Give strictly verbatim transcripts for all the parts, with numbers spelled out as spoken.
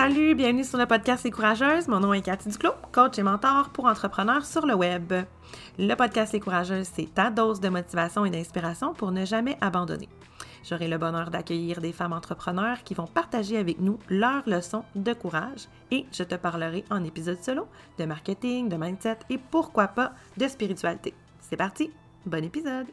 Salut, bienvenue sur le podcast Les Courageuses. Mon nom est Cathy Duclos, coach et mentor pour entrepreneurs sur le web. Le podcast Les Courageuses, c'est ta dose de motivation et d'inspiration pour ne jamais abandonner. J'aurai le bonheur d'accueillir des femmes entrepreneurs qui vont partager avec nous leurs leçons de courage et je te parlerai en épisode solo de marketing, de mindset et pourquoi pas de spiritualité. C'est parti, bon épisode!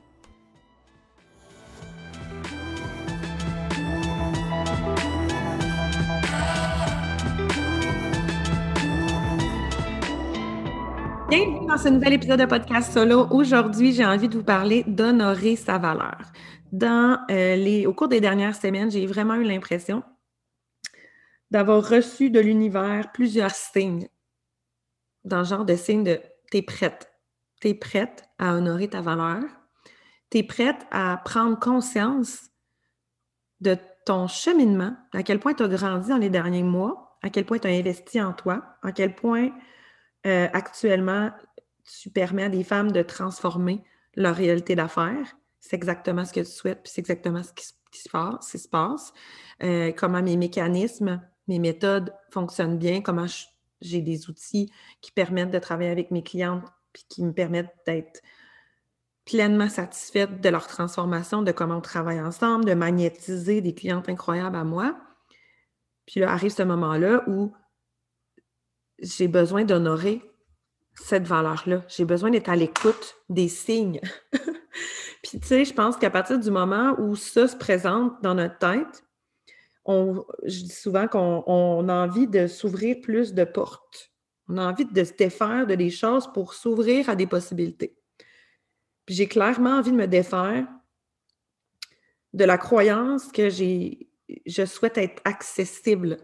Bienvenue dans ce nouvel épisode de podcast solo. Aujourd'hui, j'ai envie de vous parler d'honorer sa valeur. Dans, euh, les, au cours des dernières semaines, j'ai vraiment eu l'impression d'avoir reçu de l'univers plusieurs signes, dans le genre de signes de « t'es prête ». T'es prête à honorer ta valeur. T'es prête à prendre conscience de ton cheminement, à quel point tu as grandi dans les derniers mois, à quel point tu as investi en toi, à quel point euh, actuellement tu permets à des femmes de transformer leur réalité d'affaires. C'est exactement ce que tu souhaites, puis c'est exactement ce qui, qui se passe. Ce qui se passe. Euh, comment mes mécanismes, mes méthodes fonctionnent bien, comment je, j'ai des outils qui permettent de travailler avec mes clientes, puis qui me permettent d'être pleinement satisfaite de leur transformation, de comment on travaille ensemble, de magnétiser des clientes incroyables à moi. Puis là, arrive ce moment-là où j'ai besoin d'honorer cette valeur-là. J'ai besoin d'être à l'écoute des signes. Puis tu sais, je pense qu'à partir du moment où ça se présente dans notre tête, on, je dis souvent qu'on on a envie de s'ouvrir plus de portes. On a envie de se défaire de des choses pour s'ouvrir à des possibilités. Puis j'ai clairement envie de me défaire de la croyance que j'ai, je souhaite être accessible.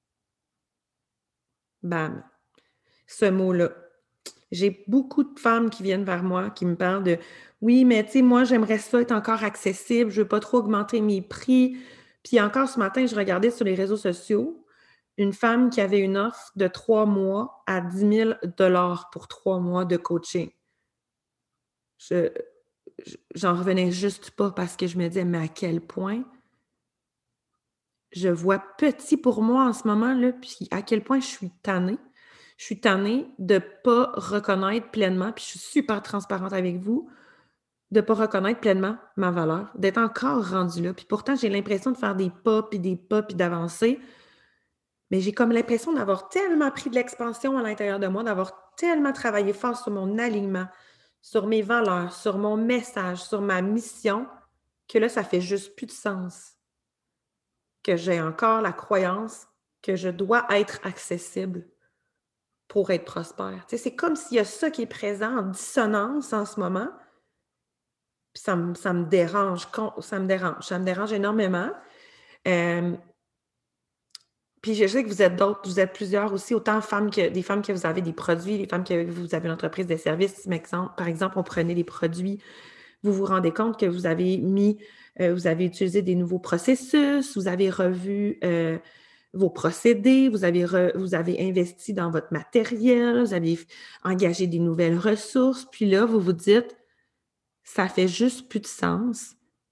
Bam. Ce mot-là. J'ai beaucoup de femmes qui viennent vers moi, qui me parlent de « Oui, mais tu sais, moi, j'aimerais ça être encore accessible, je veux pas trop augmenter mes prix. » Puis encore ce matin, je regardais sur les réseaux sociaux une femme qui avait une offre de trois mois à dix mille dollars pour trois mois de coaching. Je, j'en revenais juste pas parce que je me disais « Mais à quel point je vois petit pour moi en ce moment-là, puis à quel point je suis tannée. » Je suis tannée de ne pas reconnaître pleinement, puis je suis super transparente avec vous, de ne pas reconnaître pleinement ma valeur, d'être encore rendue là. Puis pourtant, j'ai l'impression de faire des pas, puis des pas, puis d'avancer. Mais j'ai comme l'impression d'avoir tellement pris de l'expansion à l'intérieur de moi, d'avoir tellement travaillé fort sur mon alignement, sur mes valeurs, sur mon message, sur ma mission, que là, ça fait juste plus de sens. Que j'ai encore la croyance que je dois être accessible pour être prospère. Tu sais, c'est comme s'il y a ça qui est présent en dissonance en ce moment. Puis ça me, ça me dérange, ça me dérange, ça me dérange énormément. Euh, puis je sais que vous êtes d'autres, vous êtes plusieurs aussi, autant femmes que des femmes que vous avez des produits, des femmes que vous avez une entreprise de services. Par exemple, on prenait les produits, vous vous rendez compte que vous avez mis, euh, vous avez utilisé des nouveaux processus, vous avez revu euh, vos procédés, vous avez, re, vous avez investi dans votre matériel, vous avez engagé des nouvelles ressources, puis là, vous vous dites, ça fait juste plus de sens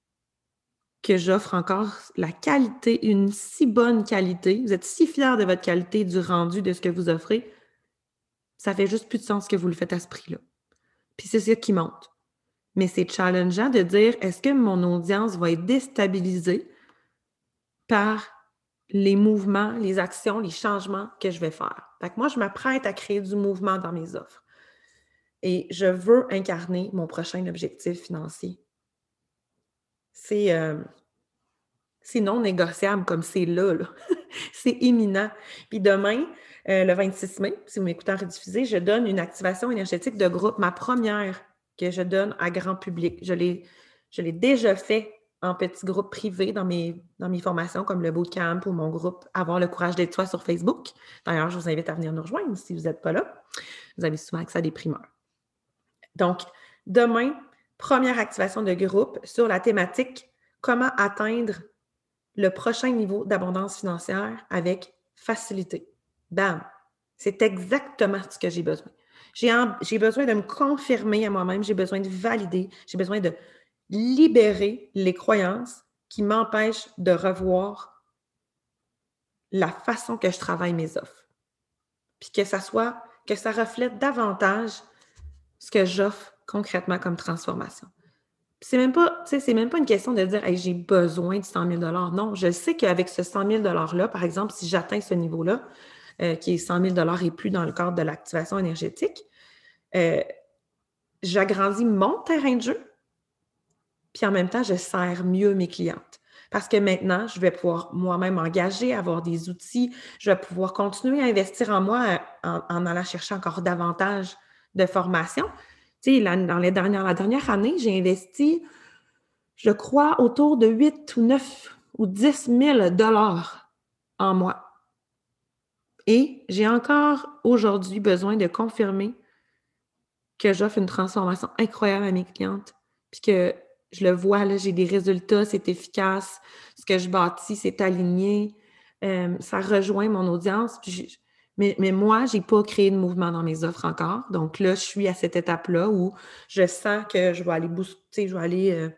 que j'offre encore la qualité, une si bonne qualité, vous êtes si fiers de votre qualité, du rendu, de ce que vous offrez, ça fait juste plus de sens que vous le faites à ce prix-là. Puis c'est ça qui monte. Mais c'est challengeant de dire, est-ce que mon audience va être déstabilisée par les mouvements, les actions, les changements que je vais faire? Fait que moi, je m'apprête à créer du mouvement dans mes offres. Et je veux incarner mon prochain objectif financier. C'est, euh, c'est non négociable comme c'est là. là. C'est imminent. Puis demain, euh, le vingt-six mai, si vous m'écoutez en rediffusé, je donne une activation énergétique de groupe, ma première que je donne à grand public. Je l'ai, je l'ai déjà fait en petit groupe privé dans mes, dans mes formations comme le bootcamp ou mon groupe Avoir le courage d'être soi sur Facebook. D'ailleurs, je vous invite à venir nous rejoindre si vous n'êtes pas là. Vous avez souvent accès à des primeurs. Donc, demain, première activation de groupe sur la thématique « Comment atteindre le prochain niveau d'abondance financière avec facilité. » Bam! C'est exactement ce que j'ai besoin. J'ai, en, j'ai besoin de me confirmer à moi-même, j'ai besoin de valider, j'ai besoin de libérer les croyances qui m'empêchent de revoir la façon que je travaille mes offres. Puis que ça soit, que ça reflète davantage ce que j'offre concrètement comme transformation. Puis c'est même pas, tu sais, c'est même pas une question de dire hey, j'ai besoin de cent mille dollars. Non, je sais qu'avec ce cent mille dollars-là, par exemple, si j'atteins ce niveau-là, euh, qui est cent mille dollars et plus dans le cadre de l'activation énergétique, euh, j'agrandis mon terrain de jeu, puis en même temps, je sers mieux mes clientes. Parce que maintenant, je vais pouvoir moi-même engager, avoir des outils, je vais pouvoir continuer à investir en moi en, en allant chercher encore davantage de formation. Tu sais, la, dans les dernières, la dernière année, j'ai investi, je crois, autour de huit ou neuf ou dix mille dollars en moi. Et j'ai encore aujourd'hui besoin de confirmer que j'offre une transformation incroyable à mes clientes, puis que je le vois, là, j'ai des résultats, c'est efficace, ce que je bâtis, c'est aligné, euh, ça rejoint mon audience. Puis je, mais, mais moi, je n'ai pas créé de mouvement dans mes offres encore. Donc là, je suis à cette étape-là où je sens que je vais aller, bous- je vais aller euh,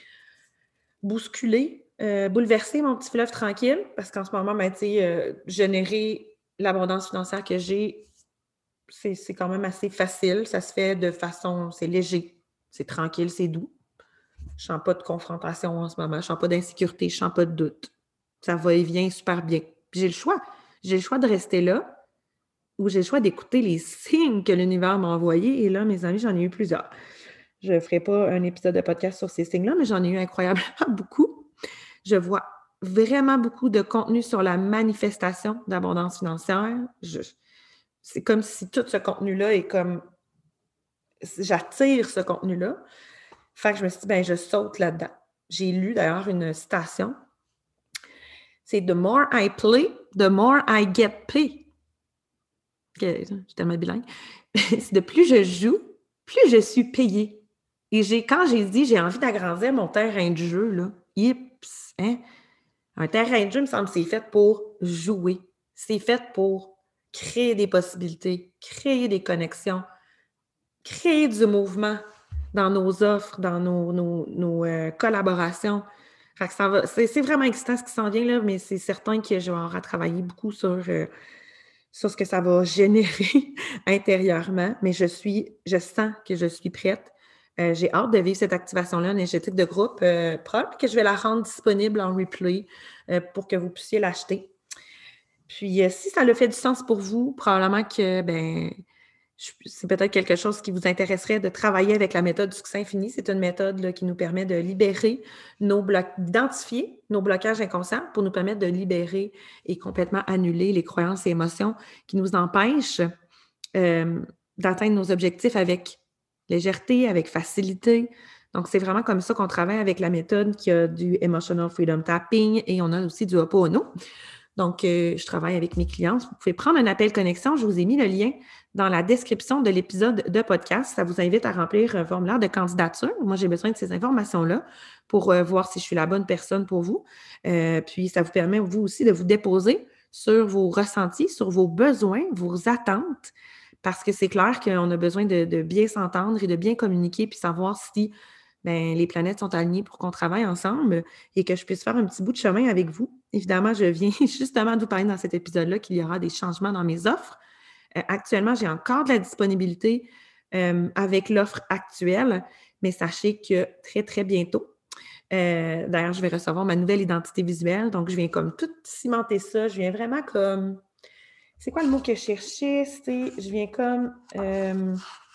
bousculer, euh, bouleverser mon petit fleuve tranquille, parce qu'en ce moment, ben, euh, générer l'abondance financière que j'ai, c'est, c'est quand même assez facile. Ça se fait de façon, c'est léger, c'est tranquille, c'est doux. Je ne sens pas de confrontation en ce moment, je ne sens pas d'insécurité, je ne sens pas de doute. Ça va et vient super bien. Puis j'ai le choix. J'ai le choix de rester là ou j'ai le choix d'écouter les signes que l'univers m'a envoyés. Et là, mes amis, j'en ai eu plusieurs. Je ne ferai pas un épisode de podcast sur ces signes-là, mais j'en ai eu incroyablement beaucoup. Je vois vraiment beaucoup de contenu sur la manifestation d'abondance financière. Je, c'est comme si tout ce contenu-là est comme... J'attire ce contenu-là. Fait que je me suis dit, ben je saute là-dedans. J'ai lu d'ailleurs une citation. C'est « The more I play, the more I get paid ». Je suis tellement bilingue. C'est de plus je joue, plus je suis payée. Et j'ai, quand j'ai dit j'ai envie d'agrandir mon terrain de jeu, là, yips, hein? Un terrain de jeu, il me semble que c'est fait pour jouer. C'est fait pour créer des possibilités, créer des connexions, créer du mouvement dans nos offres, dans nos, nos, nos euh, collaborations. Fait que ça va, c'est, c'est vraiment excitant ce qui s'en vient, là, mais c'est certain que je vais avoir à travailler beaucoup sur, euh, sur ce que ça va générer intérieurement. Mais je suis, je sens que je suis prête. Euh, j'ai hâte de vivre cette activation-là énergétique de groupe euh, propre, que je vais la rendre disponible en replay euh, pour que vous puissiez l'acheter. Puis, euh, si ça le fait du sens pour vous, probablement que ben, je, c'est peut-être quelque chose qui vous intéresserait de travailler avec la méthode du succès infini. C'est une méthode là, qui nous permet de libérer nos blocs, d'identifier nos blocages inconscients pour nous permettre de libérer et complètement annuler les croyances et émotions qui nous empêchent euh, d'atteindre nos objectifs avec légèreté, avec facilité. Donc, c'est vraiment comme ça qu'on travaille avec la méthode qui a du Emotional Freedom Tapping et on a aussi du Ho'oponopono. Donc, euh, je travaille avec mes clients. Vous pouvez prendre un appel connexion. Je vous ai mis le lien dans la description de l'épisode de podcast. Ça vous invite à remplir un formulaire de candidature. Moi, j'ai besoin de ces informations-là pour euh, voir si je suis la bonne personne pour vous. Euh, puis, ça vous permet, vous aussi, de vous déposer sur vos ressentis, sur vos besoins, vos attentes, parce que c'est clair qu'on a besoin de, de bien s'entendre et de bien communiquer puis savoir si ben, les planètes sont alignées pour qu'on travaille ensemble et que je puisse faire un petit bout de chemin avec vous. Évidemment, je viens justement de vous parler dans cet épisode-là qu'il y aura des changements dans mes offres. Euh, actuellement, j'ai encore de la disponibilité euh, avec l'offre actuelle, mais sachez que très, très bientôt, euh, d'ailleurs, je vais recevoir ma nouvelle identité visuelle, donc je viens comme tout cimenter ça. Je viens vraiment comme... C'est quoi le mot que je cherchais? C'est... Je viens comme euh,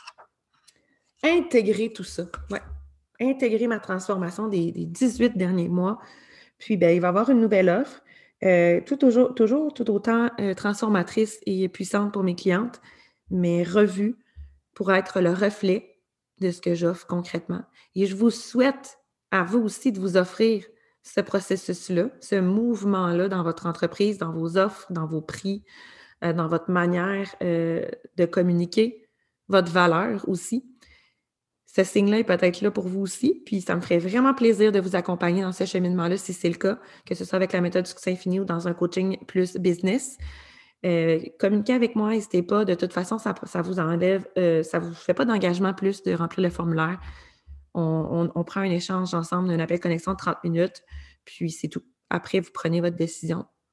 intégrer tout ça. Ouais. Intégrer ma transformation des, des dix-huit derniers mois. Puis, ben, il va y avoir une nouvelle offre, euh, tout toujours, toujours tout autant euh, transformatrice et puissante pour mes clientes, mais revue pour être le reflet de ce que j'offre concrètement. Et je vous souhaite à vous aussi de vous offrir ce processus-là, ce mouvement-là dans votre entreprise, dans vos offres, dans vos prix, euh, dans votre manière euh, de communiquer, votre valeur aussi. Ce signe-là est peut-être là pour vous aussi, puis ça me ferait vraiment plaisir de vous accompagner dans ce cheminement-là si c'est le cas, que ce soit avec la méthode du succès infini ou dans un coaching plus business. Euh, communiquez avec moi, n'hésitez pas. De toute façon, ça, ça vous enlève, euh, ça ne vous fait pas d'engagement plus de remplir le formulaire. On, on, on prend un échange ensemble, un appel connexion de trente minutes, puis c'est tout. Après, vous prenez votre décision.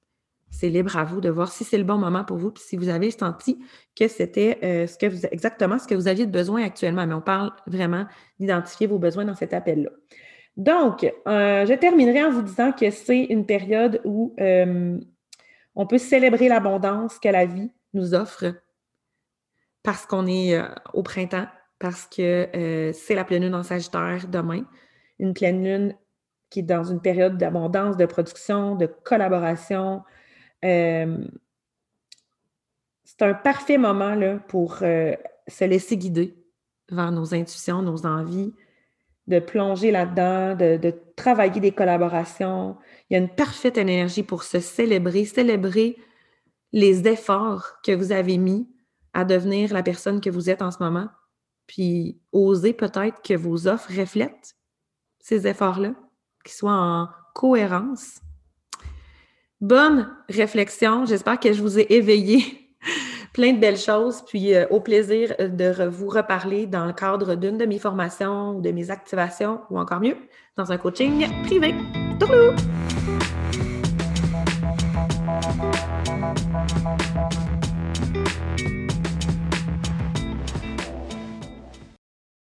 C'est libre à vous de voir si c'est le bon moment pour vous, puis si vous avez senti que c'était euh, ce que vous, exactement ce que vous aviez de besoin actuellement. Mais on parle vraiment d'identifier vos besoins dans cet appel-là. Donc, euh, je terminerai en vous disant que c'est une période où euh, on peut célébrer l'abondance que la vie nous offre parce qu'on est euh, au printemps, parce que euh, c'est la pleine lune en Sagittaire demain, une pleine lune qui est dans une période d'abondance, de production, de collaboration. Euh, c'est un parfait moment là, pour euh, se laisser guider vers nos intuitions, nos envies, de plonger là-dedans, de, de travailler des collaborations. Il y a une parfaite énergie pour se célébrer, célébrer les efforts que vous avez mis à devenir la personne que vous êtes en ce moment, puis oser peut-être que vos offres reflètent ces efforts-là, qu'ils soient en cohérence. Bonne réflexion. J'espère que je vous ai éveillé plein de belles choses, puis euh, au plaisir de re- vous reparler dans le cadre d'une de mes formations ou de mes activations, ou encore mieux, dans un coaching privé. Tourlou!